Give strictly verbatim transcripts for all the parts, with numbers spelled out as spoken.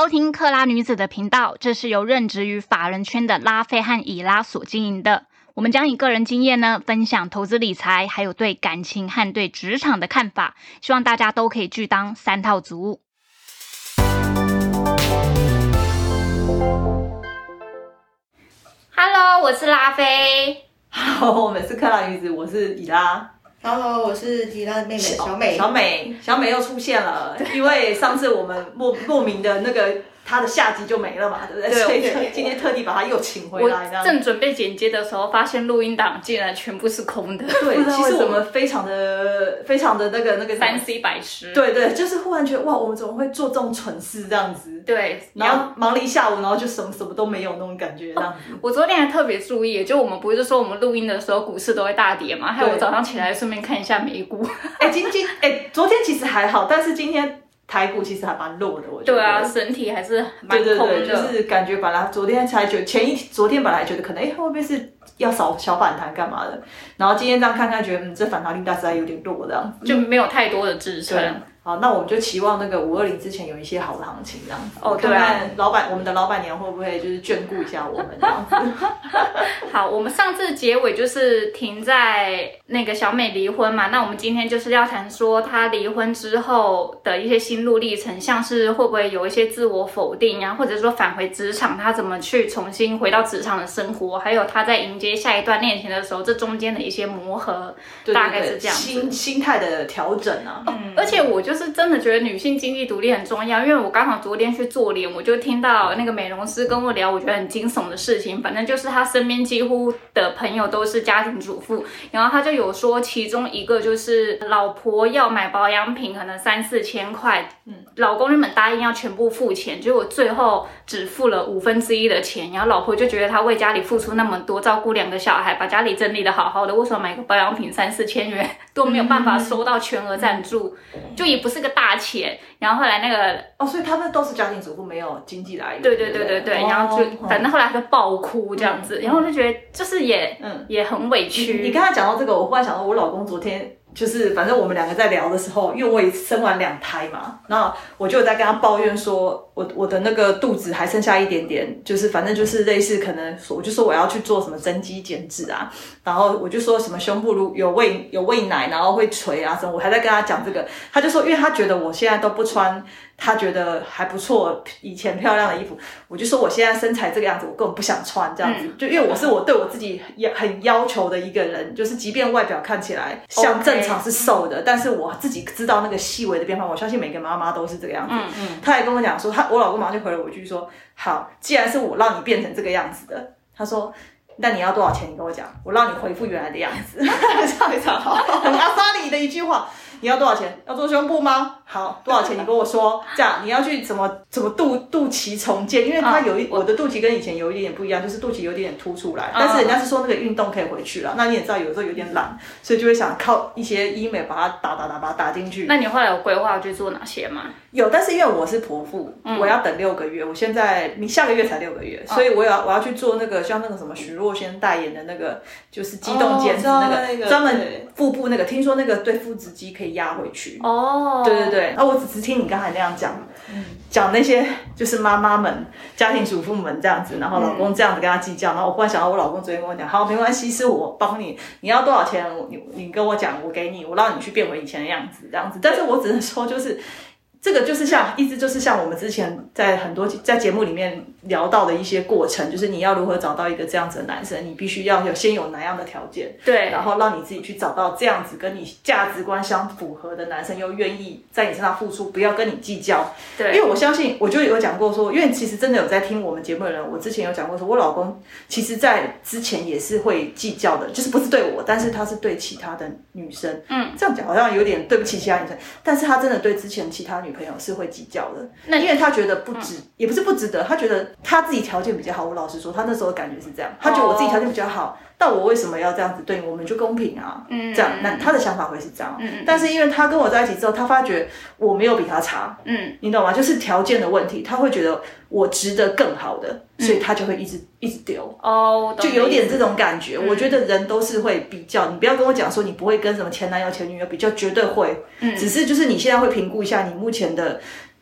收听克拉女子的频道，这是由任职于法人圈的拉菲和以拉所经营的。我们将以个人经验呢，分享投资理财，还有对感情和对职场的看法，希望大家都可以拒当三套族。Hello， 我是拉菲。 Hello， 我们是克拉女子，我是以拉。 Hello， 我是提拉的妹妹小美。 小美，小美又出现了，因为上次我们莫莫名的那个她的下集就没了嘛，对不对？ 对， 所以今天特地把她又请回来。 我正准备剪接的时候，发现录音档竟然全部是空的。 对，其实我们非常的非常的那个那个三 C 百师。 对对，就是忽然觉得哇，我们怎么会做这种蠢事这样子？ 对， 然后忙了一下午，然后就什么什么都没有那种感觉这样子。 哦、我昨天还特别注意，就我们不是说我们录音的时候股市都会大跌嘛，还有我早上起来顺便看一下美股。 哎，今天哎，昨天其实还好，但是今天台股其实还蛮弱的，我觉得。 对啊，整体还是蛮空的。 对对对，就是感觉本来昨天才觉得前一昨天本来觉得可能哎会不会是要少小反弹干嘛的，然后今天这样看看觉得嗯这反弹力大实在有点弱这样子， 就没有太多的支撑。 好，那我们就期望那个五二零之前有一些好的行情这样子。 哦，对啊， 看看老板我们的老板娘会不会就是眷顾一下我们这样子。 好，我们上次结尾就是停在那个小美离婚嘛，那我们今天就是要谈说她离婚之后的一些心路历程，像是会不会有一些自我否定啊，或者说返回职场，她怎么去重新回到职场的生活，还有她在迎接下一段恋情的时候，这中间的一些磨合， 对对对， 大概是这样子。 心心态的调整啊。 嗯，而且我就是真的觉得女性经济独立很重要，因为我刚好昨天去做脸，我就听到那个美容师跟我聊，我觉得很惊悚的事情。反正就是他身边几乎的朋友都是家庭主妇，然后他就有说，其中一个就是老婆要买保养品，可能三四千块，嗯，老公原本答应要全部付钱，结果最后只付了五分之一的钱，然后老婆就觉得他为家里付出那么多，照顾两个小孩，把家里整理的好好的，为什么买个保养品三四千元都没有办法收到全额赞助，就也不是个大钱。然后后来那个哦，所以他们都是家庭主妇，没有经济来源。 对对对对对， 哦、 然后就、哦、反正后来他就爆哭这样子，嗯、然后我就觉得就是也嗯也很委屈。 你, 你刚才讲到这个，我忽然想到我老公昨天。就是反正我们两个在聊的时候，因为我也生完两胎嘛，然后我就在跟他抱怨说，我我的那个肚子还剩下一点点，就是反正就是类似可能我就说我要去做什么增肌减脂啊，然后我就说什么胸部如有喂有喂奶，然后会垂啊什么，我还在跟他讲这个，他就说因为他觉得我现在都不穿他觉得还不错以前漂亮的衣服，我就说我现在身材这个样子我根本不想穿这样子、嗯、就因为我是我对我自己也很要求的一个人，就是即便外表看起来像正常是瘦的、okay. 但是我自己知道那个细微的变化，我相信每个妈妈都是这个样子。嗯嗯，他还跟我讲说他我老公马上就回了我一句说，好，既然是我让你变成这个样子的，他说那你要多少钱你跟我讲，我让你恢复原来的样子。非常好，很阿莎莉的一句话。你要多少钱？要做胸部吗？好，多少钱？你跟我说。这样你要去怎么怎么肚肚脐重建，因为它有一、啊、我的肚脐跟以前有一点点不一样，就是肚脐有一点点凸出来，但是人家是说那个运动可以回去了。那你也知道，有时候有点懒，所以就会想靠一些医美把它打打打把它打进去。 那你后来有规划去做哪些吗？ 有，但是因为我是剖腹、嗯，我要等六个月。我现在你下个月才六个月，所以我要我要去做那个像那个什么徐若瑄代言的那个，就是肌动减脂那个专门腹部那个，听说那个对腹直肌可以压回去。哦，对对对，那我只是听你刚才那样讲，讲、嗯、那些就是妈妈们、家庭主妇们这样子，然后老公这样子跟他计较，然后我忽然想到我老公昨天跟我讲，好，没关系，是我帮你，你要多少钱，你你跟我讲，我给你，我让你去变回以前的样子，这样子。但是我只能说，就是这个就是像，一直就是像我们之前在很多在节目里面聊到的一些过程，就是你要如何找到一个这样子的男生，你必须要有先有哪样的条件，对，然后让你自己去找到这样子跟你价值观相符合的男生，又愿意在你身上付出，不要跟你计较。对，因为我相信，我就有讲过说，因为其实真的有在听我们节目的人，我之前有讲过说，我老公其实在之前也是会计较的，就是不是对我，但是他是对其他的女生，嗯，这样讲好像有点对不起其他女生，但是他真的对之前其他女朋友是会计较的，那因为他觉得不值、嗯，也不是不值得，他觉得他自己条件比较好。我老实说，他那时候的感觉是这样，他觉得我自己条件比较好，但我为什么要这样子对你？我们就公平啊，嗯，这样，那他的想法会是这样。嗯，但是因为他跟我在一起之后，他发觉我没有比他差，嗯，你懂吗？就是条件的问题，他会觉得我值得更好的，所以他就会一直、嗯、一直丢。哦，就有点这种感觉、嗯。我觉得人都是会比较，你不要跟我讲说你不会跟什么前男友、前女友比较，绝对会。嗯，只是就是你现在会评估一下你目前的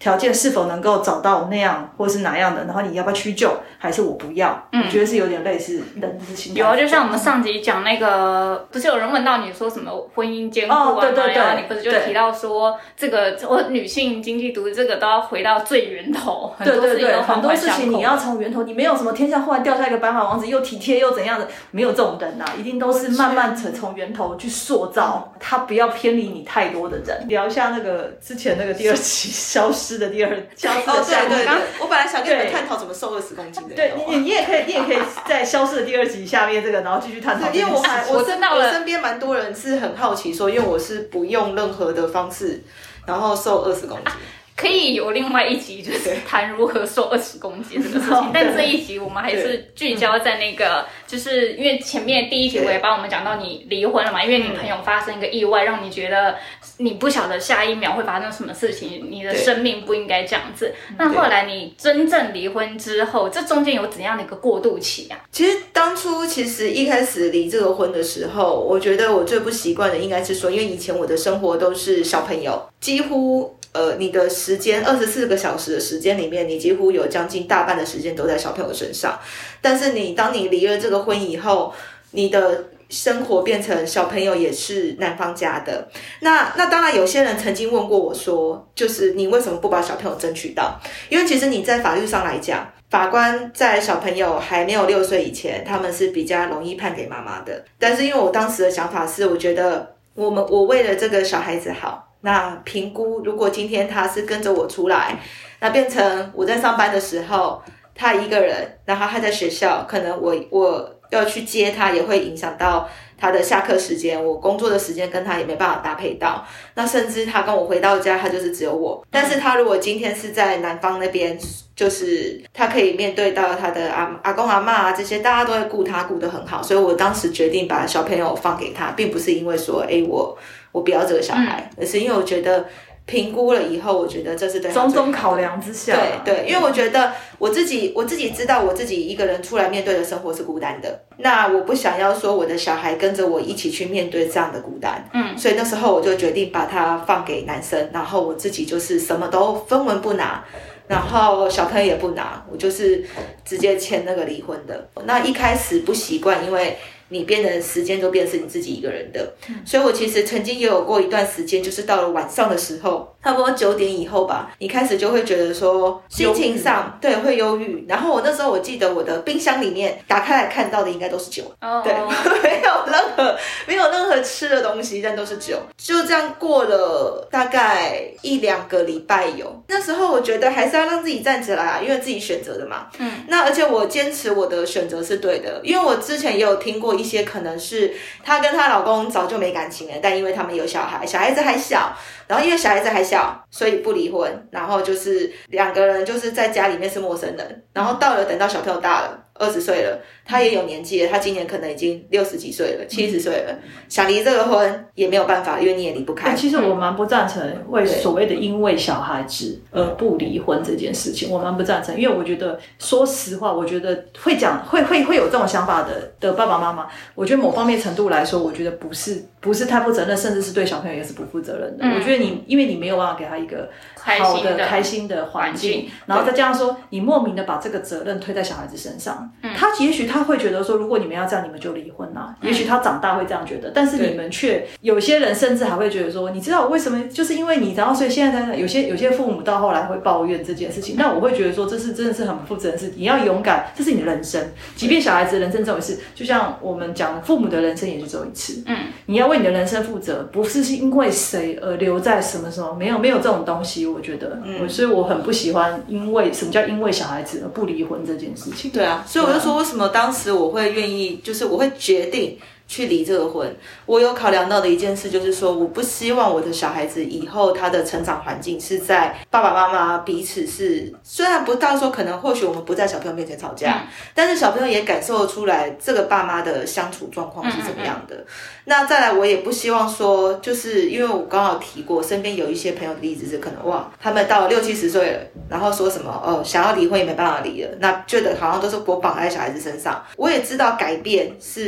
条件是否能够找到那样或是哪样的，然后你要不要屈就，还是我不要？嗯，我觉得是有点类似人的心态。 有啊，就像我们上集讲那个，不是有人问到你说什么婚姻监护啊？哦， 对对对， 然后你不是就提到说这个我女性经济独立这个都要回到最源头，很多事情都很多事情你要从源头，你没有什么天下忽然掉下一个白马王子又体贴又怎样的，没有这种人啊，一定都是慢慢从从源头去塑造，他不要偏离你太多的人。聊一下那个之前那个第二期消失的第二消失的项目，对对对，我本来想跟你们探讨怎么瘦二十公斤的， 对你你也可以你也可以在消失的第二集下面这个，然后继续探讨。 因为我还我身我身边蛮多人是很好奇说，因为我是不用任何的方式，然后瘦二十公斤。啊， 可以有另外一集，就是谈如何瘦二十公斤这个事情。但这一集我们还是聚焦在那个，就是因为前面第一集我也帮我们讲到你离婚了嘛，因为你朋友发生一个意外，让你觉得你不晓得下一秒会发生什么事情，你的生命不应该这样子。那后来你真正离婚之后，这中间有怎样的一个过渡期啊？ 其实当初其实一开始离这个婚的时候，我觉得我最不习惯的应该是说，因为以前我的生活都是小朋友，几乎。呃，你的时间二十四个小时的时间里面，你几乎有将近大半的时间都在小朋友身上。但是你当你离了这个婚以后，你的生活变成小朋友也是男方家的。那那当然，有些人曾经问过我说，就是你为什么不把小朋友争取到？因为其实你在法律上来讲，法官在小朋友还没有六岁以前，他们是比较容易判给妈妈的。但是因为我当时的想法是，我觉得我们我为了这个小孩子好。那评估，如果今天他是跟着我出来，那变成我在上班的时候，他一个人，然后他在学校，可能我我要去接他，也会影响到他的下课时间，我工作的时间跟他也没办法搭配到。那甚至他跟我回到家，他就是只有我。但是他如果今天是在南方那边，就是他可以面对到他的阿阿公阿嬷啊这些，大家都会顾他顾得很好。所以我当时决定把小朋友放给他，并不是因为说，哎我。我不要这个小孩，而是因为我觉得评估了以后，我觉得这是对他种种考量之下， 对对，因为我觉得我自己我自己知道我自己一个人出来面对的生活是孤单的，那我不想要说我的小孩跟着我一起去面对这样的孤单，嗯，所以那时候我就决定把他放给男生，然后我自己就是什么都分文不拿。然后小朋友也不拿，我就是直接签那个离婚的。那一开始不习惯，因为你变的时间都变成是你自己一个人的，所以我其实曾经也有过一段时间，就是到了晚上的时候，差不多九点以后吧，你开始就会觉得说心情上对会忧郁。然后我那时候我记得我的冰箱里面打开来看到的应该都是酒，哦、对，没有任何没有任何吃的东西，但都是酒。就这样过了大概一两个礼拜有，那时候我觉得还是要让自己站起来啊，因为自己选择的嘛。嗯，那而且我坚持我的选择是对的，因为我之前也有听过一些可能是她跟她老公早就没感情了，但因为他们有小孩，小孩子还小，然后因为小孩子还小，所以不离婚，然后就是两个人就是在家里面是陌生人，然后到了等到小朋友大了。二十岁了，他也有年纪了，他今年可能已经六十几岁了，七十岁了，想离这个婚也没有办法，因为你也离不开。 其实我蛮不赞成为所谓的因为小孩子而不离婚这件事情，我蛮不赞成，因为我觉得，说实话，我觉得会讲会会会有这种想法的的爸爸妈妈，我觉得某方面程度来说，我觉得不是不是太负责任，甚至是对小朋友也是不负责任的。嗯、我觉得你因为你没有办法给他一个好的开心的环境，然后再加上说你莫名的把这个责任推在小孩子身上。嗯、他也许他会觉得说，如果你们要这样，你们就离婚啦。嗯、也许他长大会这样觉得，但是你们却有些人甚至还会觉得说，你知道我为什么？就是因为你，然后所以现在有些有些父母到后来会抱怨这件事情。那我会觉得说，这是真的是很不负责任的事。你要勇敢，这是你的人生。即便小孩子的人生只有一次，就像我们讲，父母的人生也就只有一次。嗯，你要为你的人生负责，不是因为谁而留在什么什么，没有没有这种东西。我觉得，嗯，所以我很不喜欢因为什么叫因为小孩子而不离婚这件事情。 对啊，所以我就说，为什么当时我会愿意，就是我会决定去离这个婚。我有考量到的一件事就是说，我不希望我的小孩子以后他的成长环境是在爸爸妈妈彼此是，虽然不到说可能或许我们不在小朋友面前吵架，嗯、但是小朋友也感受出来这个爸妈的相处状况是怎么样的。嗯嗯嗯那再来，我也不希望说，就是因为我刚好提过，身边有一些朋友的例子是可能哇，他们到了六七十岁了，然后说什么哦，想要离婚也没办法离了，那觉得好像都是我绑在小孩子身上。我也知道改变是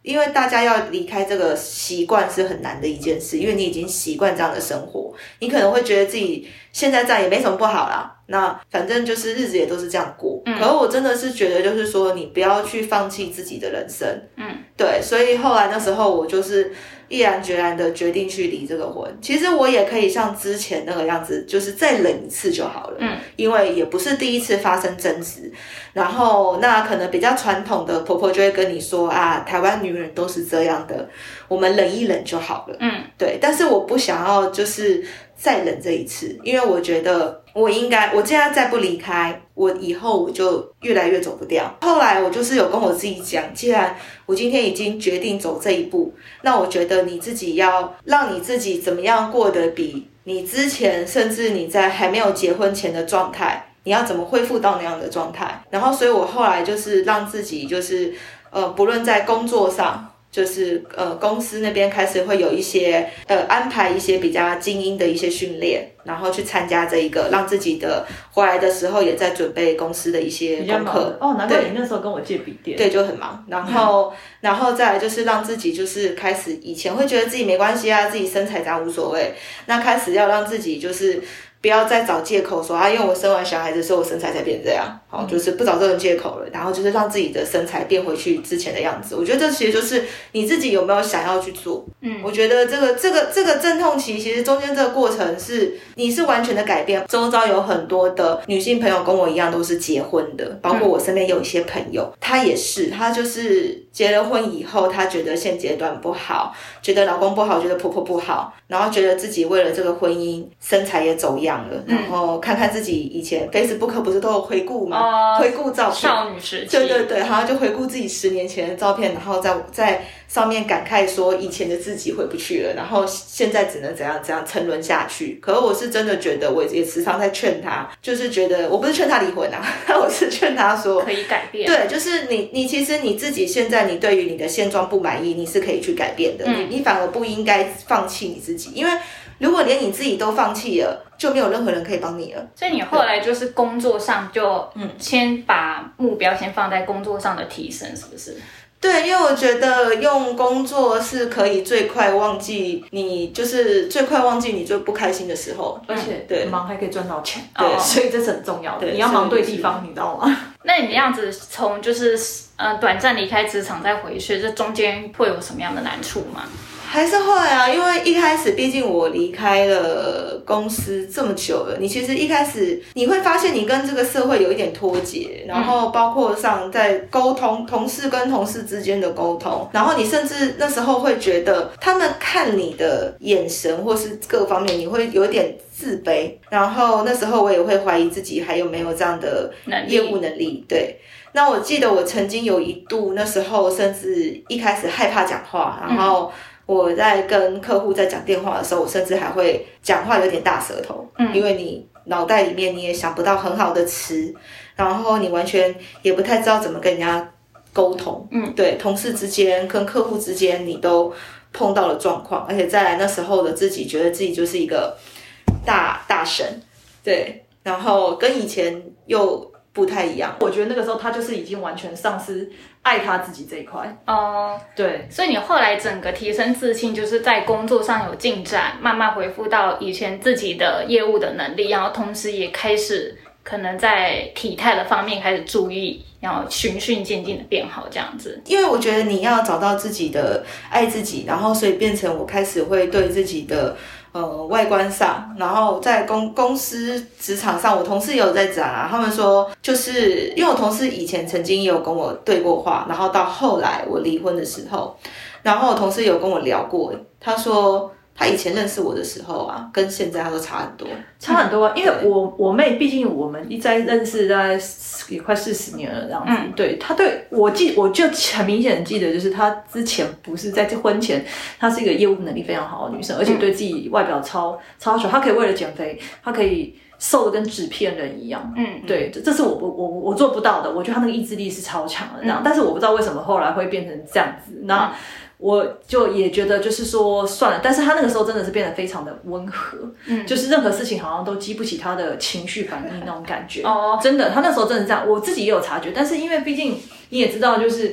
因为大家要离开这个习惯是很难的一件事，因为你已经习惯这样的生活，你可能会觉得自己现在这样也没什么不好啦，那反正就是日子也都是这样过。嗯，可是我真的是觉得就是说你不要去放弃自己的人生。嗯，对，所以后来那时候我就是毅然决然的决定去离这个婚。其实我也可以像之前那个样子，就是再忍一次就好了。嗯，因为也不是第一次发生争执，然后那可能比较传统的婆婆就会跟你说啊，台湾女人都是这样的，我们忍一忍就好了。嗯，对，但是我不想要就是再忍这一次，因为我觉得我应该，我现在再不离开，我以后我就越来越走不掉。后来我就是有跟我自己讲，既然我今天已经决定走这一步，那我觉得你自己要让你自己怎么样过得比你之前，甚至你在还没有结婚前的状态，你要怎么恢复到那样的状态。然后所以我后来就是让自己就是呃，不论在工作上，就是呃公司那边开始会有一些呃安排一些比较精英的一些训练，然后去参加这一个，让自己的回来的时候也在准备公司的一些功课。 哦，难怪你那时候跟我借笔电。 对，就很忙。然后、嗯、然后再来就是让自己就是开始，以前会觉得自己没关系啊，自己身材这样无所谓，那开始要让自己就是不要再找借口说啊，因为我生完小孩子之后我身材才变这样，好、嗯，就是不找这种借口了，然后就是让自己的身材变回去之前的样子。我觉得这其实就是你自己有没有想要去做。嗯，我觉得这个这个这个阵痛期，其实中间这个过程是你是完全的改变。周遭有很多的女性朋友跟我一样都是结婚的，包括我身边有一些朋友，她也是，她就是结了婚以后，她觉得现阶段不好，觉得老公不好，觉得婆婆不好，然后觉得自己为了这个婚姻身材也走样了，然后看看自己以前 Facebook 不是都有回顾吗？哦、回顾照片， 少女时期， 对对对，然后就回顾自己十年前的照片，然后在在上面感慨说以前的自己回不去了，然后现在只能怎样怎样沉沦下去。可是我是真的觉得，我也时常在劝他，就是觉得我不是劝他离婚啊，我是劝他说可以改变。 对，就是你你其实你自己现在你对于你的现状不满意，你是可以去改变的。嗯、你你反而不应该放弃你自己，因为如果连你自己都放弃了，就没有任何人可以帮你了。 所以你后来就是工作上就嗯，先把目标先放在工作上的提升，是不是？ 对，因为我觉得用工作是可以最快忘记你，就是最快忘记你最不开心的时候， 而且对忙还可以赚到钱， 对， 所以这是很重要的。你要忙对地方，你知道吗？ 那你这样子从就是呃短暂离开职场再回去，这中间会有什么样的难处吗？ 还是会啊，因为一开始毕竟我离开了公司这么久了，你其实一开始你会发现你跟这个社会有一点脱节，然后包括上在沟通，同事跟同事之间的沟通，然后你甚至那时候会觉得他们看你的眼神或是各方面，你会有点自卑，然后那时候我也会怀疑自己还有没有这样的业务能力，对。那我记得我曾经有一度，那时候甚至一开始害怕讲话，然后我在跟客户在讲电话的时候，我甚至还会讲话有点大舌头，嗯，因为你脑袋里面你也想不到很好的词，然后你完全也不太知道怎么跟人家沟通，嗯，对，同事之间跟客户之间你都碰到了状况，而且再来那时候的自己觉得自己就是一个大大神，对，然后跟以前又不太一样。 我觉得那个时候他就是已经完全丧失爱他自己这一块。哦，对， 所以你后来整个提升自信，就是在工作上有进展，慢慢恢复到以前自己的业务的能力，然后同时也开始可能在体态的方面开始注意，然后循序渐进的变好这样子。 因为我觉得你要找到自己的爱自己，然后所以变成我开始会对自己的呃，外观上，然后在公公司职场上，我同事也有在讲啊，他们说就是因为我同事以前曾经也有跟我对过话，然后到后来我离婚的时候，然后我同事有跟我聊过，他说他以前认识我的时候啊，跟现在他说差很多， 差很多啊，因为我我妹毕竟我们一在认识大概也快四十年了这样子，嗯，对，她对我记我就很明显记得，就是她之前不是在这婚前，她是一个业务能力非常好的女生，而且对自己外表超超丑，她可以为了减肥，她可以瘦的跟纸片人一样，嗯，对，这是我我我我做不到的，我觉得她那个意志力是超强的这样，嗯，但是我不知道为什么后来会变成这样子，那。嗯我就也觉得就是说算了，但是他那个时候真的是变得非常的温和，嗯，就是任何事情好像都激不起他的情绪反应那种感觉。哦，真的，他那时候真的是这样，我自己也有察觉。但是因为毕竟你也知道，就是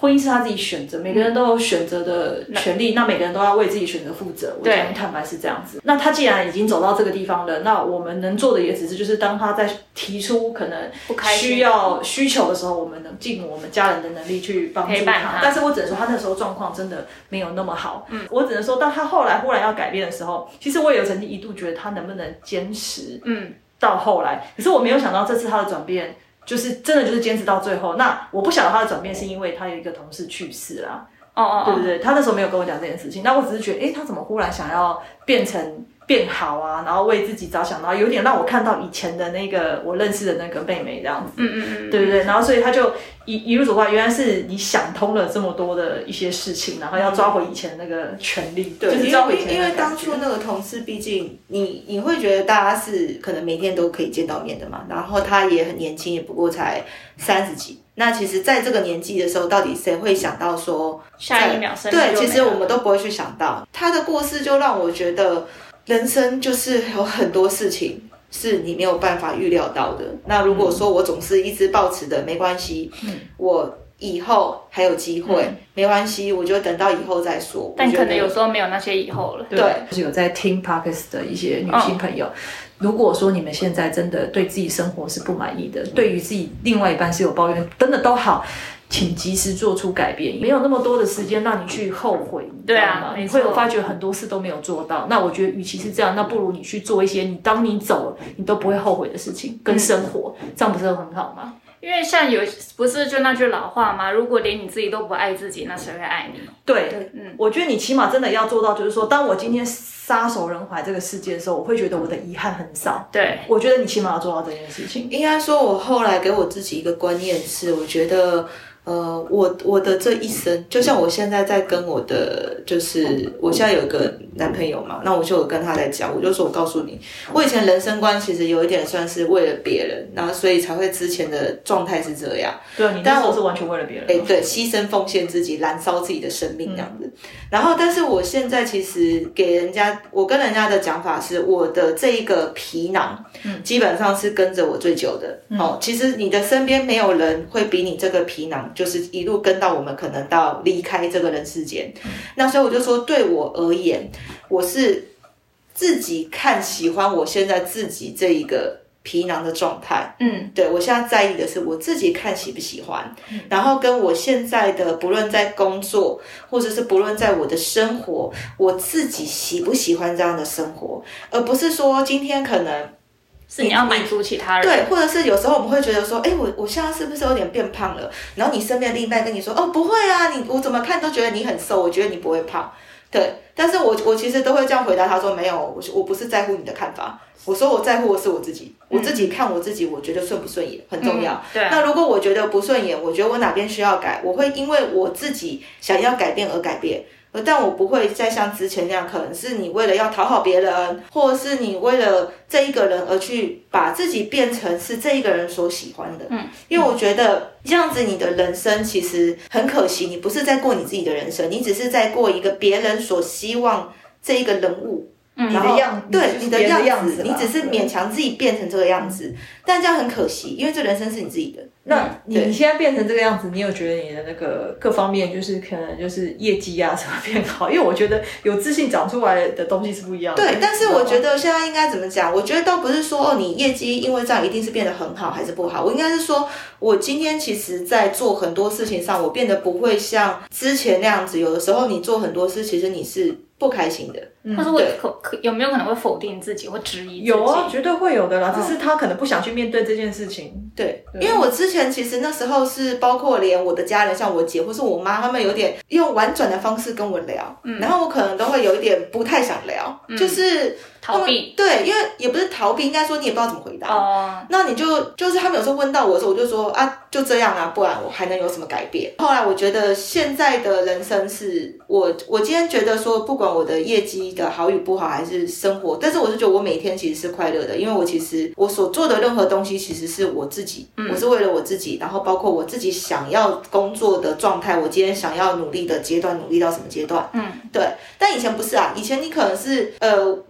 婚姻是他自己选择，每个人都有选择的权利，那每个人都要为自己选择负责。我相信坦白是这样子。那他既然已经走到这个地方了，那我们能做的也只是就是当他在提出可能需要需求的时候，我们能尽我们家人的能力去帮助他。他但是我只能说他那时候状况真的没有那么好。嗯，我只能说当他后来忽然要改变的时候，其实我也有曾经一度觉得他能不能坚持。嗯，到后来，可是我没有想到这次他的转变。就是真的就是坚持到最后，那我不晓得他的转变是因为他有一个同事去世啦，哦哦，对不对？他那时候没有跟我讲这件事情，那我只是觉得，哎，他怎么忽然想要变成变好啊，然后为自己着想，然后有点让我看到以前的那个我认识的那个妹妹这样子，嗯嗯嗯，对不对？然后所以他就一一路走过来，原来是你想通了这么多的一些事情，然后要抓回以前那个权利， 对， 就是抓回以前因为因为当初那个同事，毕竟你你会觉得大家是可能每天都可以见到面的嘛，然后他也很年轻，也不过才三十几。那其实在这个年纪的时候，到底谁会想到说下一秒生命对，其实我们都不会去想到他的过世，就让我觉得人生就是有很多事情是你没有办法预料到的。那如果说我总是一直抱持的没关系，嗯，我以后还有机会，嗯，没关系，我就等到以后再说。 但可能有时候没有那些以后了。 对，就是有在听 Podcast 的一些女性朋友。哦，如果说你们现在真的对自己生活是不满意的，对于自己另外一半是有抱怨，真的都好，请及时做出改变，没有那么多的时间让你去后悔，你知道吗？对啊，你会有发觉很多事都没有做到。那我觉得，与其是这样，那不如你去做一些你当你走了你都不会后悔的事情跟生活，嗯，这样不是很好吗？ 因为像有不是就那句老话吗？如果连你自己都不爱自己，那谁会爱你？ 对，对，嗯，我觉得你起码真的要做到，就是说，当我今天撒手人寰这个世界的时候，我会觉得我的遗憾很少。 对， 我觉得你起码要做到这件事情。 应该说，我后来给我自己一个观念是，我觉得。呃，我我的这一生，就像我现在在跟我的，就是我现在有一个男朋友嘛，那我就有跟他在讲，我就说我告诉你，我以前人生观其实有一点算是为了别人，然后所以才会之前的状态是这样。 对，你那时候是完全为了别人。 哎，对，牺牲奉献自己，燃烧自己的生命这样子。嗯，然后，但是我现在其实给人家，我跟人家的讲法是，我的这一个皮囊，嗯，基本上是跟着我最久的。嗯，哦，其实你的身边没有人会比你这个皮囊。就是一路跟到我们可能到离开这个人世间，嗯，那所以我就说，对我而言，我是自己看喜欢我现在自己这一个皮囊的状态，嗯，对我现在在意的是我自己看喜不喜欢，嗯，然后跟我现在的不论在工作或者是不论在我的生活，我自己喜不喜欢这样的生活，而不是说今天可能。 是你要满足其他人， 对，或者是有时候我们会觉得说，哎，我我现在是不是有点变胖了？然后你身边的另一半跟你说，哦，不会啊，你我怎么看都觉得你很瘦，我觉得你不会胖，对。但是我我其实都会这样回答他说，没有，我我不是在乎你的看法，我说我在乎的是我自己，我自己看我自己，我觉得顺不顺眼很重要。嗯，对。那如果我觉得不顺眼，我觉得我哪边需要改，我会因为我自己想要改变而改变。但我不会再像之前那样，可能是你为了要讨好别人，或者是你为了这一个人而去把自己变成是这一个人所喜欢的。嗯，因为我觉得这样子你的人生其实很可惜，你不是在过你自己的人生，你只是在过一个别人所希望这一个人物。 嗯，你的样对你的样子， 你只是勉强自己变成这个样子，但这样很可惜，因为这人生是你自己的。 那你你现在变成这个样子，你有觉得你的那个各方面就是可能就是业绩啊什么变好？因为我觉得有自信长出来的东西是不一样的。 对，但是我觉得现在应该怎么讲？我觉得倒不是说哦，你业绩因为这样一定是变得很好还是不好。我应该是说，我今天其实在做很多事情上，我变得不会像之前那样子。有的时候你做很多事，其实你是不开心的。 嗯，或者会可可有没有可能会否定自己或质疑自己？ 有啊，绝对会有的啦。只是他可能不想去面对这件事情。 对，因为我之前其实那时候是包括连我的家人，像我姐或是我妈，他们有点用婉转的方式跟我聊，嗯，然后我可能都会有一点不太想聊，嗯，就是逃避。 对，因为也不是逃避，应该说你也不知道怎么回答。哦，那你就就是他们有时候问到我的时候，我就说啊，就这样啊，不然我还能有什么改变？后来我觉得现在的人生是我，我今天觉得说，不管我的业绩的好与不好，还是生活，但是我是觉得我每天其实是快乐的，因为我其实我所做的任何东西其实是我自己，嗯，我是为了我自己，然后包括我自己想要工作的状态，我今天想要努力的阶段，努力到什么阶段，嗯，对。但以前不是啊，以前你可能是呃为了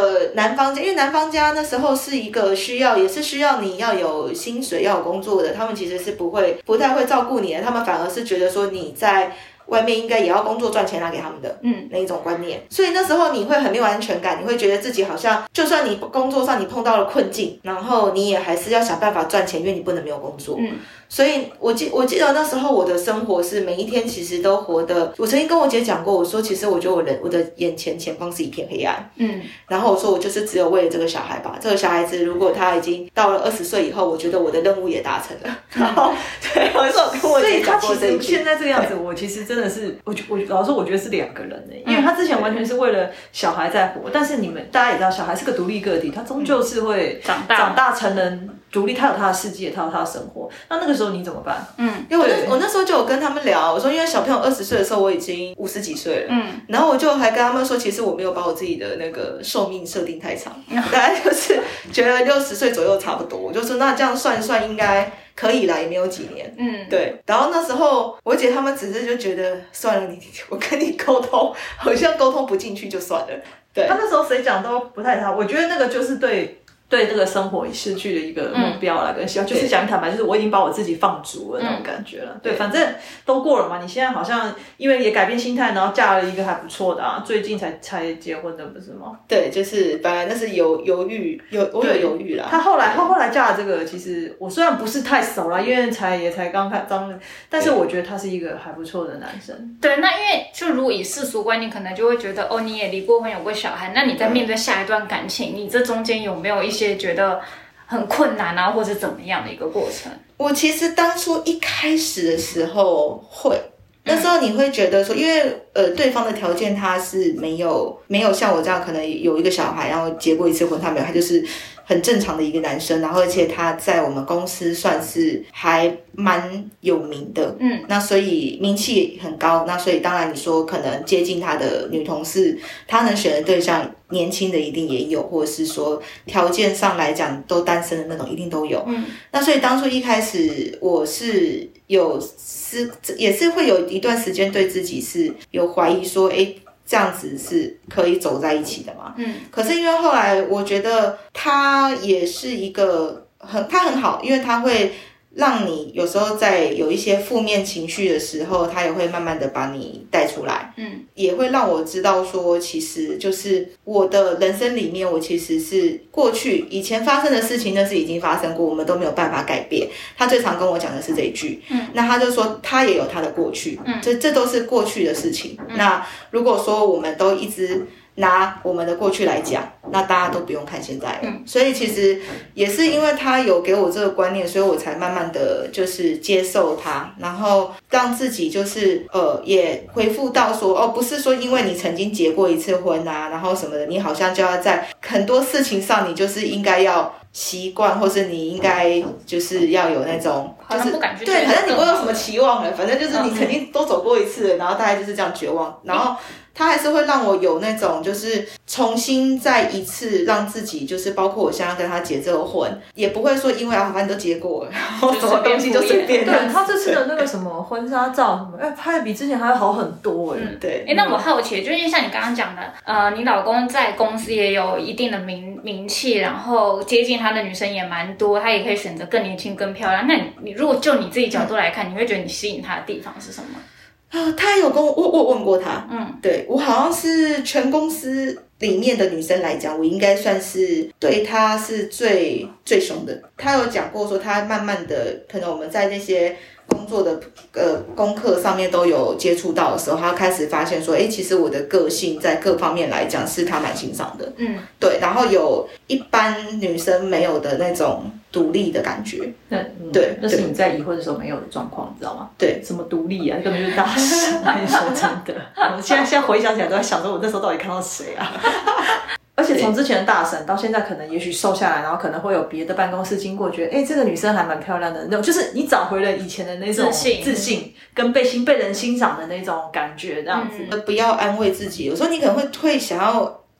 的男方家，因为男方家那时候是一个需要，也是需要你要有薪水、要有工作的，他们其实是不会、不太会照顾你的，他们反而是觉得说你在外面应该也要工作赚钱拿给他们的，嗯，那一种观念。所以那时候你会很没有安全感，你会觉得自己好像，就算你工作上你碰到了困境，然后你也还是要想办法赚钱，因为你不能没有工作。嗯，所以我记我记得那时候我的生活是每一天其实都活得，我曾经跟我姐讲过，我说其实我觉得我人我的眼前前方是一片黑暗。嗯，然后我说我就是只有为了这个小孩吧，这个小孩子如果他已经到了二十岁以后，我觉得我的任务也达成了。然后对，我说我跟我姐讲过这一句。 所以他其实现在这个样子，我其实真的是我我老实说，我觉得是两个人呢、欸，因为他之前完全是为了小孩在活，但是你们大家也知道，小孩是个独立个体，他终究是会长大长大成人。独立，他有他的世界，他有他的生活。那那个时候你怎么办？ 嗯，因为我那我那时候就有跟他们聊，我说因为小朋友二十岁的时候我已经五十几岁了，嗯，然后我就还跟他们说，其实我没有把我自己的那个寿命设定太长，嗯、大概就是觉得六十岁左右差不多。我就说那这样算一算应该可以啦，也没有几年，嗯，对。然后那时候我姐他们只是就觉得算了，你我跟你沟通，好像沟通不进去就算了。对， 他那时候谁讲都不太好，我觉得那个就是对。对这个生活失去了一个目标啦，跟希望，就是讲坦白，就是我已经把我自己放逐了那种感觉了。对，反正都过了嘛。你现在好像因为也改变心态，然后嫁了一个还不错的啊，最近才才结婚的，不是吗？ 对，就是本来那是犹犹豫，有我有犹豫啦。 他后来他后来嫁了这个，其实我虽然不是太熟啦，因为才也才刚开刚，但是我觉得他是一个还不错的男生。 对，那因为就如果以世俗观念，可能就会觉得哦，你也离过婚，有过小孩，那你在面对下一段感情，你这中间有没有一些觉得很困难啊，或者怎么样的一个过程？ 我其实当初一开始的时候会，那时候你会觉得说，因为呃对方的条件他是没有没有像我这样可能有一个小孩，然后结过一次婚，他没有，他就是很正常的一个男生，然后而且他在我们公司算是还蛮有名的，嗯，那所以名气很高，那所以当然你说可能接近他的女同事，他能选的对象年轻的一定也有，或者是说条件上来讲都单身的那种一定都有，嗯，那所以当初一开始我是有思，也是会有一段时间对自己是有怀疑说，哎。这样子是可以走在一起的嘛？嗯，可是因为后来我觉得他也是一个很，他很好，因为他会让你有时候在有一些负面情绪的时候，他也会慢慢的把你带出来，嗯，也会让我知道说，其实就是我的人生里面，我其实是过去以前发生的事情，那是已经发生过，我们都没有办法改变。他最常跟我讲的是这一句，嗯，那他就说他也有他的过去，嗯，这这都是过去的事情。嗯、那如果说我们都一直拿我们的过去来讲，那大家都不用看现在了。嗯、所以其实也是因为他有给我这个观念，所以我才慢慢的就是接受他，然后让自己就是呃也恢复到说哦，不是说因为你曾经结过一次婚啊，然后什么的，你好像就要在很多事情上你就是应该要习惯，或是你应该就是要有那种就是对，反正你不会有什么期望了，反正就是你曾经都走过一次了，然后大概就是这样绝望，然后。他还是会让我有那种就是重新再一次让自己就是包括我现在跟他结这个婚，也不会说因为啊反正都结过了，然后什么东西就随便。 对，他这次的那个什么婚纱照什么，哎，拍的比之前还要好很多哎、欸。 嗯，对。哎，那我好奇，就是因为像你刚刚讲的，呃，你老公在公司也有一定的名名气，然后接近他的女生也蛮多，他也可以选择更年轻、更漂亮。那你你如果就你自己角度来看，嗯、你会觉得你吸引他的地方是什么？ 啊，他有跟我，我我问过他，嗯，对我好像是全公司里面的女生来讲，我应该算是对他是最最凶的。他有讲过说，他慢慢的，可能我们在那些工作的呃功课上面都有接触到的时候，他开始发现说，哎，其实我的个性在各方面来讲是他蛮欣赏的，嗯，对，然后有一般女生没有的那种。独立的感觉， 那、嗯、对，那是你在离婚的时候没有的状况，你知道吗？ 对， 什么独立啊，根本就是大事。我跟你说真的，我现在现在回想起来都在想说，我那时候到底看到谁啊？而且从之前的大婶到现在，可能也许瘦下来，然后可能会有别的办公室经过，觉得哎，这个女生还蛮漂亮的那种，就是你找回了以前的那种自信，自信跟被欣被人欣赏的那种感觉，这样子。 嗯、不要安慰自己，有时候你可能会会想要。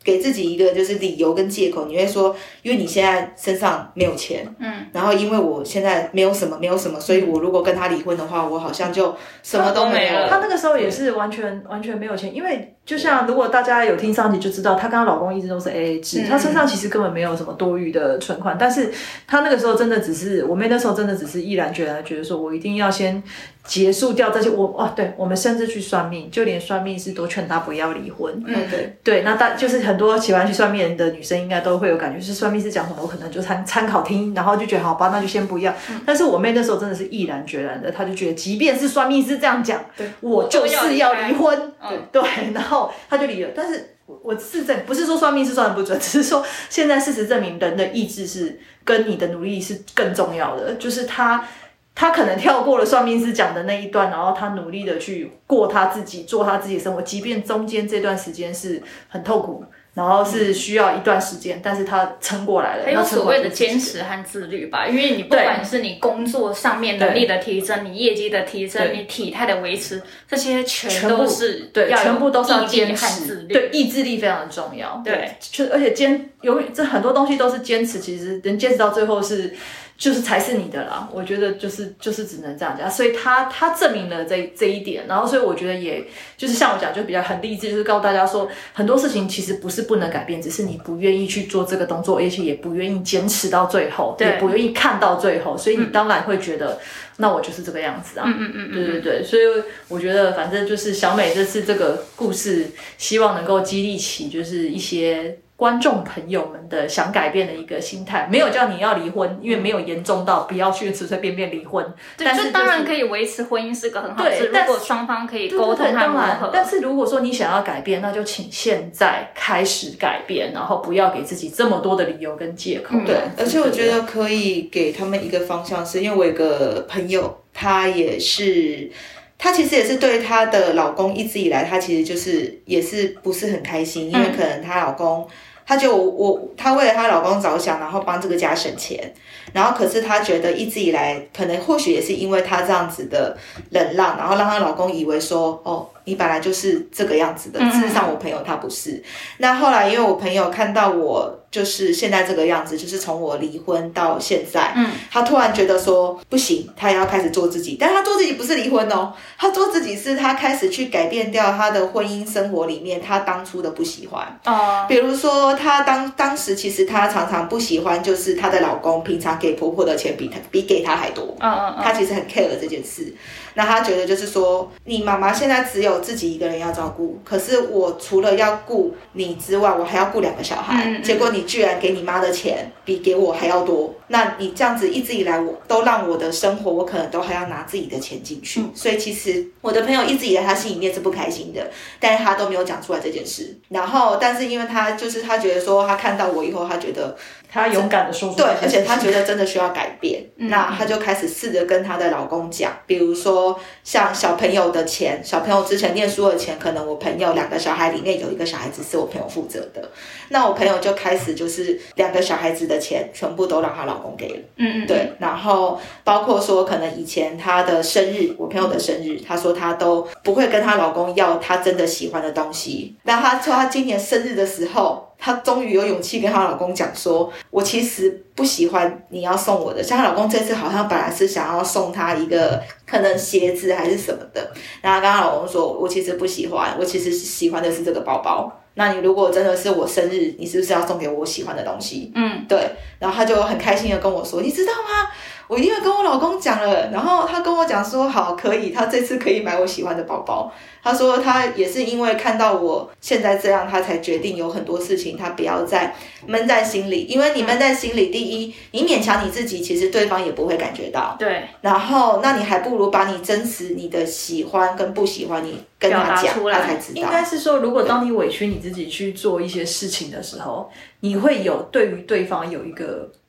给自己一个就是理由跟借口，你会说，因为你现在身上没有钱，嗯，然后因为我现在没有什么没有什么，所以我如果跟他离婚的话，我好像就什么都没有。 她那个时候也是完全完全没有钱，因为就像如果大家有听上集就知道，她跟她老公一直都是 A A 制，她、嗯、身上其实根本没有什么多余的存款，但是她那个时候真的只是，我妹那时候真的只是毅然决然觉得说，我一定要先结束掉这些。我哦，对，我们甚至去算命，就连算命师都劝她不要离婚。 嗯，对对，那大就是很多喜欢去算命的女生应该都会有感觉，就是算命师讲什么，我可能就参参考听，然后就觉得好吧，那就先不要。嗯、但是我妹那时候真的是毅然决然的，她就觉得，即便是算命师这样讲，我就是要离婚。 嗯、 对，然后她就离了。但是我是证不是说算命师算的不准，只是说现在事实证明，人的意志是跟你的努力是更重要的，就是他。他可能跳过了算命师讲的那一段，然后他努力的去过他自己，做他自己的生活，即便中间这段时间是很痛苦，然后是需要一段时间，但是他撑过来了。 还有所谓的坚持和自律吧，因为你不管是你工作上面能力的提升，你业绩的提升，你体态的维持，这些全都是对，全部都是要坚持。 对，意志力非常的重要。 对， 就而且坚有这很多东西都是坚持，其实人坚持到最后是。就是才是你的啦，我觉得就是就是只能这样讲，所以他他证明了这这一点，然后所以我觉得也就是像我讲，就比较很励志，就是告诉大家说，很多事情其实不是不能改变，只是你不愿意去做这个动作，而且也不愿意坚持到最后，也不愿意看到最后，所以你当然会觉得，嗯、那我就是这个样子啊， 嗯嗯嗯， 对对对，所以我觉得反正就是小美这次这个故事，希望能够激励起就是一些。观众朋友们的想改变的一个心态，没有叫你要离婚，因为没有严重到不要去随随便便离婚。 对， 但是、就是、 当然可以维持婚姻是个很好的事，如果双方可以沟通和磨合。 但是如果说你想要改变，那就请现在开始改变，然后不要给自己这么多的理由跟借口。 嗯、对，而且我觉得可以给他们一个方向，是因为我有个朋友，他也是。她其实也是对她的老公一直以来，她其实就是也是不是很开心，因为可能她老公，她就我她为了她老公着想，然后帮这个家省钱，然后可是她觉得一直以来，可能或许也是因为她这样子的忍让，然后让她老公以为说，哦，你本来就是这个样子的，事实上我朋友他不是。那后来因为我朋友看到我。就是现在这个样子，就是从我离婚到现在，嗯，他突然觉得说不行，他也要开始做自己。但是他做自己不是离婚哦，他做自己是他开始去改变掉他的婚姻生活里面他当初的不喜欢。哦，比如说他当当时其实他常常不喜欢，就是她的老公平常给婆婆的钱比他比给他还多。嗯嗯嗯，他其实很 care 这件事。那他觉得就是说，你妈妈现在只有自己一个人要照顾，可是我除了要顾你之外，我还要顾两个小孩，嗯嗯，结果你居然给你妈的钱比给我还要多，那你这样子一直以来我都让我的生活我可能都还要拿自己的钱进去，嗯，所以其实我的朋友一直以来他心里面是不开心的，但是他都没有讲出来这件事。然后但是因为他就是他觉得说他看到我以后，他觉得他勇敢的说出对，而且他觉得真的需要改变，嗯，那他就开始试着跟他的老公讲，比如说像小朋友的钱，小朋友之前念书的钱，可能我朋友两个小孩里面有一个小孩子是我朋友负责的，那我朋友就开始就是两个小孩子的钱全部都让她老公给了，嗯嗯，对，然后包括说可能以前她的生日，我朋友的生日，她说她都不会跟她老公要她真的喜欢的东西，那她说她今年生日的时候，她终于有勇气跟她老公讲说，我其实不喜欢你要送我的，像她老公这次好像本来是想要送她一个可能鞋子还是什么的，然后跟她老公说，我其实不喜欢，我其实喜欢的是这个包包，那你如果真的是我生日，你是不是要送给我喜欢的东西？嗯，对，然后她就很开心的跟我说，你知道吗，我因为跟我老公讲了，然后他跟我讲说好可以，他这次可以买我喜欢的包包。他说他也是因为看到我现在这样，他才决定有很多事情他不要再闷在心里，因为你闷在心里，第一你勉强你自己，其实对方也不会感觉到， 对， 然后那你还不如把你真实你的喜欢跟不喜欢你跟他讲，他才知道。 应该是说，如果当你委屈你自己去做一些事情的时候，你会有对于对方有一个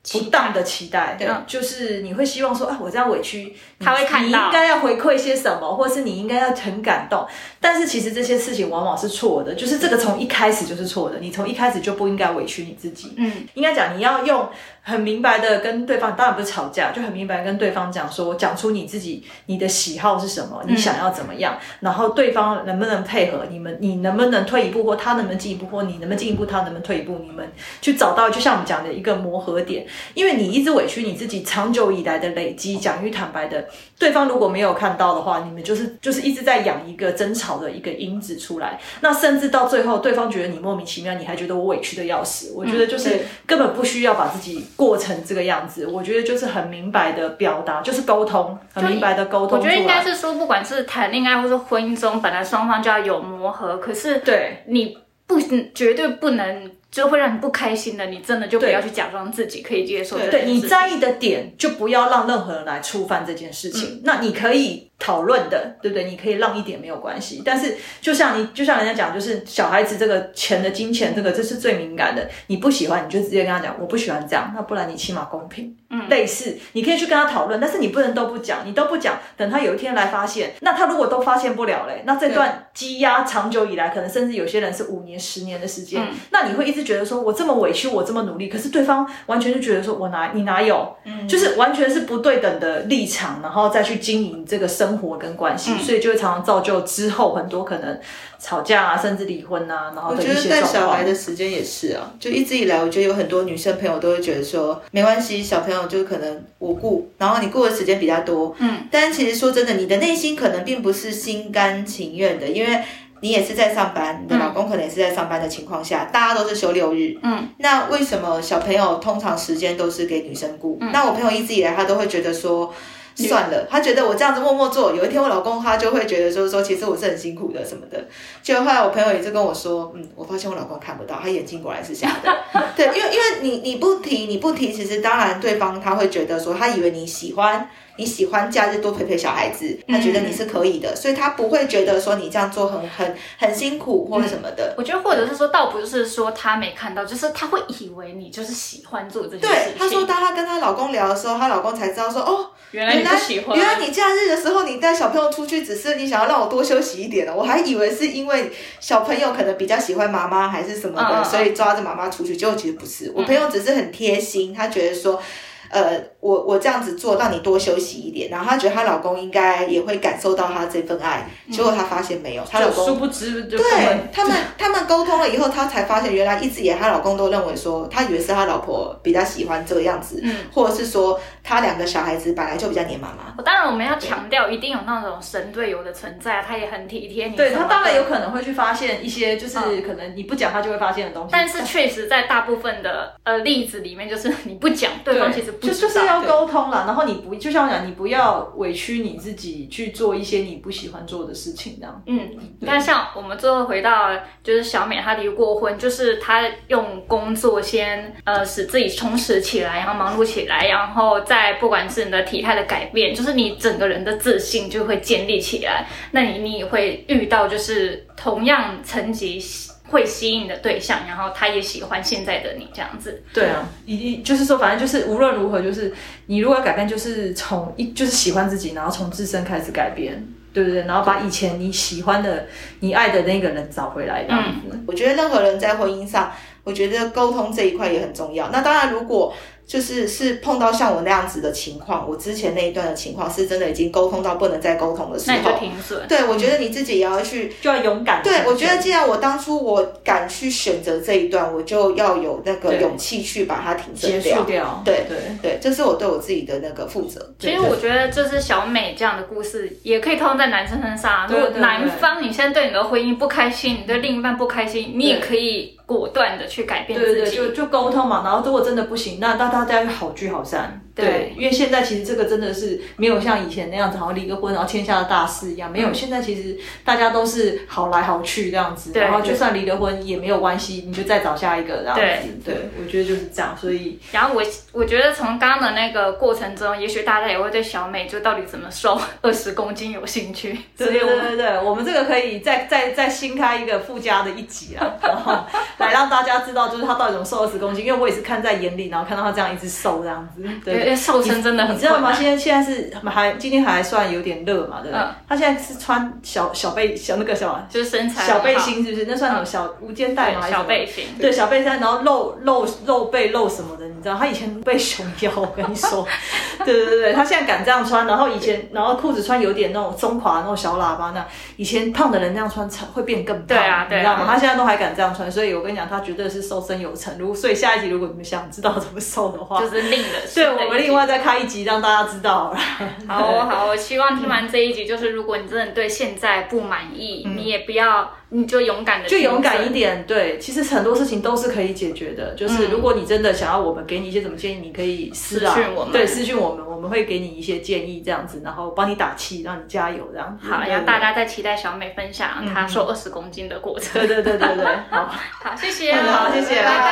不当的期待， 对， 就是你会希望说，啊，我这样委屈， 他会看到， 你应该要回馈些什么，或是你应该要很感动。但是其实这些事情往往是错的，就是这个从一开始就是错的，你从一开始就不应该委屈你自己。嗯，应该讲你要用很明白的跟对方，当然不是吵架，就很明白跟对方讲说，讲出你自己你的喜好是什么，你想要怎么样，嗯，然后对方能不能配合你们，你能不能退一步，或他能不能进一步，或你能不能进一步，他能不能退一步，你们去找到就像我们讲的一个磨合点。因为你一直委屈你自己，长久以来的累积，讲与坦白的，对方如果没有看到的话，你们就是就是一直在养一个争吵的一个因子出来。那甚至到最后，对方觉得你莫名其妙，你还觉得我委屈的要死。我觉得就是根本不需要把自己过成这个样子。我觉得就是很明白的表达，就是沟通，很明白的沟通出来。 我觉得应该是说，不管是谈恋爱或是婚姻中，本来双方就要有磨合，可是对你不绝对不能。就会让你不开心的，你真的就不要去假装自己可以接受这件事情。 对，你在意的点就不要让任何人来触犯这件事情。嗯，那你可以讨论的，对不对？你可以让一点没有关系。但是就像你，就像人家讲，就是小孩子这个钱的金钱，这个这是最敏感的。你不喜欢，你就直接跟他讲，我不喜欢这样。那不然你起码公平。嗯，类似你可以去跟他讨论，但是你不能都不讲，你都不讲，等他有一天来发现，那他如果都发现不了嘞，那这段积压长久以来，可能甚至有些人是五年、十年的时间，嗯，那你会一直觉得说，我这么委屈，我这么努力，可是对方完全就觉得说，我哪你哪有，嗯，就是完全是不对等的立场，然后再去经营这个生活跟关系，嗯，所以就会常常造就之后很多可能吵架啊，甚至离婚啊，然后的一些状况。 我觉得带小孩的时间也是啊，就一直以来，我觉得有很多女生朋友都会觉得说，没关系，小朋友就可能我顾，然后你顾的时间比较多，嗯，但其实说真的，你的内心可能并不是心甘情愿的，因为你也是在上班，你的老公可能也是在上班的情况下，嗯，大家都是休六日，嗯，那为什么小朋友通常时间都是给女生顾？嗯，那我朋友一直以来他都会觉得说，算了，他觉得我这样子默默做，有一天我老公他就会觉得说说，其实我是很辛苦的什么的。结果后来我朋友也是跟我说，嗯，我发现我老公看不到，他眼睛果然是瞎的。对，因为因为你你不提你不提，其实当然对方他会觉得说，他以为你喜欢。你喜欢假日多陪陪小孩子，他觉得你是可以的，嗯，所以他不会觉得说你这样做很很很辛苦或者什么的，嗯。 我觉得或者是说，倒不是说他没看到，就是他会以为你就是喜欢做这件事情。 对，他说当他跟她老公聊的时候，她老公才知道说，哦， 原来你不喜欢， 原来你假日的时候你带小朋友出去，只是你想要让我多休息一点了。我还以为是因为小朋友可能比较喜欢妈妈还是什么的，嗯，所以抓着妈妈出去。结果其实不是，我朋友只是很贴心，他觉得说。呃，我我这样子做，让你多休息一点，然后她觉得她老公应该也会感受到她这份爱，嗯，结果她发现没有，她老公殊不知就， 对他们他们沟通了以后，她才发现原来一直以来她老公都认为说，他以为是她老婆比较喜欢这个样子，嗯，或者是说他两个小孩子本来就比较黏妈妈。 当然我们要强调，一定有那种神队友的存在，他也很体贴你。 对，他当然有可能会去发现一些，就是可能你不讲他就会发现的东西。 但是确实在大部分的呃例子里面，就是你不讲，对方其实不知道。 就就是要沟通啦，然后你不就像我讲，你不要委屈你自己去做一些你不喜欢做的事情，这样。 嗯，但像我们最后回到就是小美，她离过婚，就是她用工作先呃使自己充实起来，然后忙碌起来，然后再不管是你的体态的改变，就是你整个人的自信就会建立起来。那你你也会遇到就是同样层级会吸引的对象，然后他也喜欢现在的你这样子。 对啊，一就是说，反正就是无论如何，就是你如果要改变，就是从一就是喜欢自己，然后从自身开始改变，对不对？然后把以前你喜欢的、你爱的那个人找回来。这样子。 嗯，我觉得任何人在婚姻上，我觉得沟通这一块也很重要。那当然，如果就是是碰到像我那样子的情况，我之前那一段的情况是真的已经沟通到不能再沟通的时候， 那你就停损。 对，我觉得你自己也要去， 就要勇敢。 对，我觉得既然我当初我敢去选择这一段，我就要有那个勇气去把它停损掉。 结束掉。 对对对，这是我对我自己的那个负责。 其实我觉得就是小美这样的故事，也可以套用在男生身上。如果男方你现在对你的婚姻不开心，你对另一半不开心，你也可以果断的去改变自己。 对对对，就就沟通嘛。然后如果真的不行，那那大家好聚好散。 对，因为现在其实这个真的是没有像以前那样子，好像离个婚然后天下的大事一样，没有。嗯、现在其实大家都是好来好去这样子，然后就算离了婚也没有关系，你就再找下一个这样子。对，对我觉得就是这样。所以， 然后我我觉得从刚刚的那个过程中，也许大家也会对小美就到底怎么瘦二十公斤有兴趣。 对对对对对，我们这个可以再再再新开一个附加的一集啊，然后来让大家知道，就是她到底怎么瘦二十公斤，因为我也是看在眼里，然后看到她这样一直瘦这样子。对。 因为瘦身真的很你知道吗？现在现在是还今天还算有点热嘛，对不对？嗯、他现在是穿小小背小那个小就是身材小背心，是不是？那算什么小无肩带吗？还是小背心？ 对，小背心，然后露露露背露什么的，你知道？他以前背熊腰，我跟你说，对对对对，他现在敢这样穿，然后以前然后裤子穿有点那种松垮那种小喇叭那，以前胖的人那样穿会变更胖， 对啊，对啊， 你知道吗？他现在都还敢这样穿，所以我跟你讲，他绝对是瘦身有成。如果所以下一集如果你们想知道怎么瘦的话， 就是另的， 对我们另外再开一集让大家知道。 好哦，好哦，希望听完这一集，就是如果你真的对现在不满意，嗯、你也不要，你就勇敢的， 就勇敢一点。对，其实很多事情都是可以解决的。就是如果你真的想要我们给你一些什么建议，你可以私讯我们， 对，私讯我们，我们会给你一些建议，这样子，然后帮你打气，让你加油，这样子。 好，让大家在期待小美分享她瘦二十公斤的过程。 对对对对对，好， 好，谢谢， 好，谢谢，拜拜。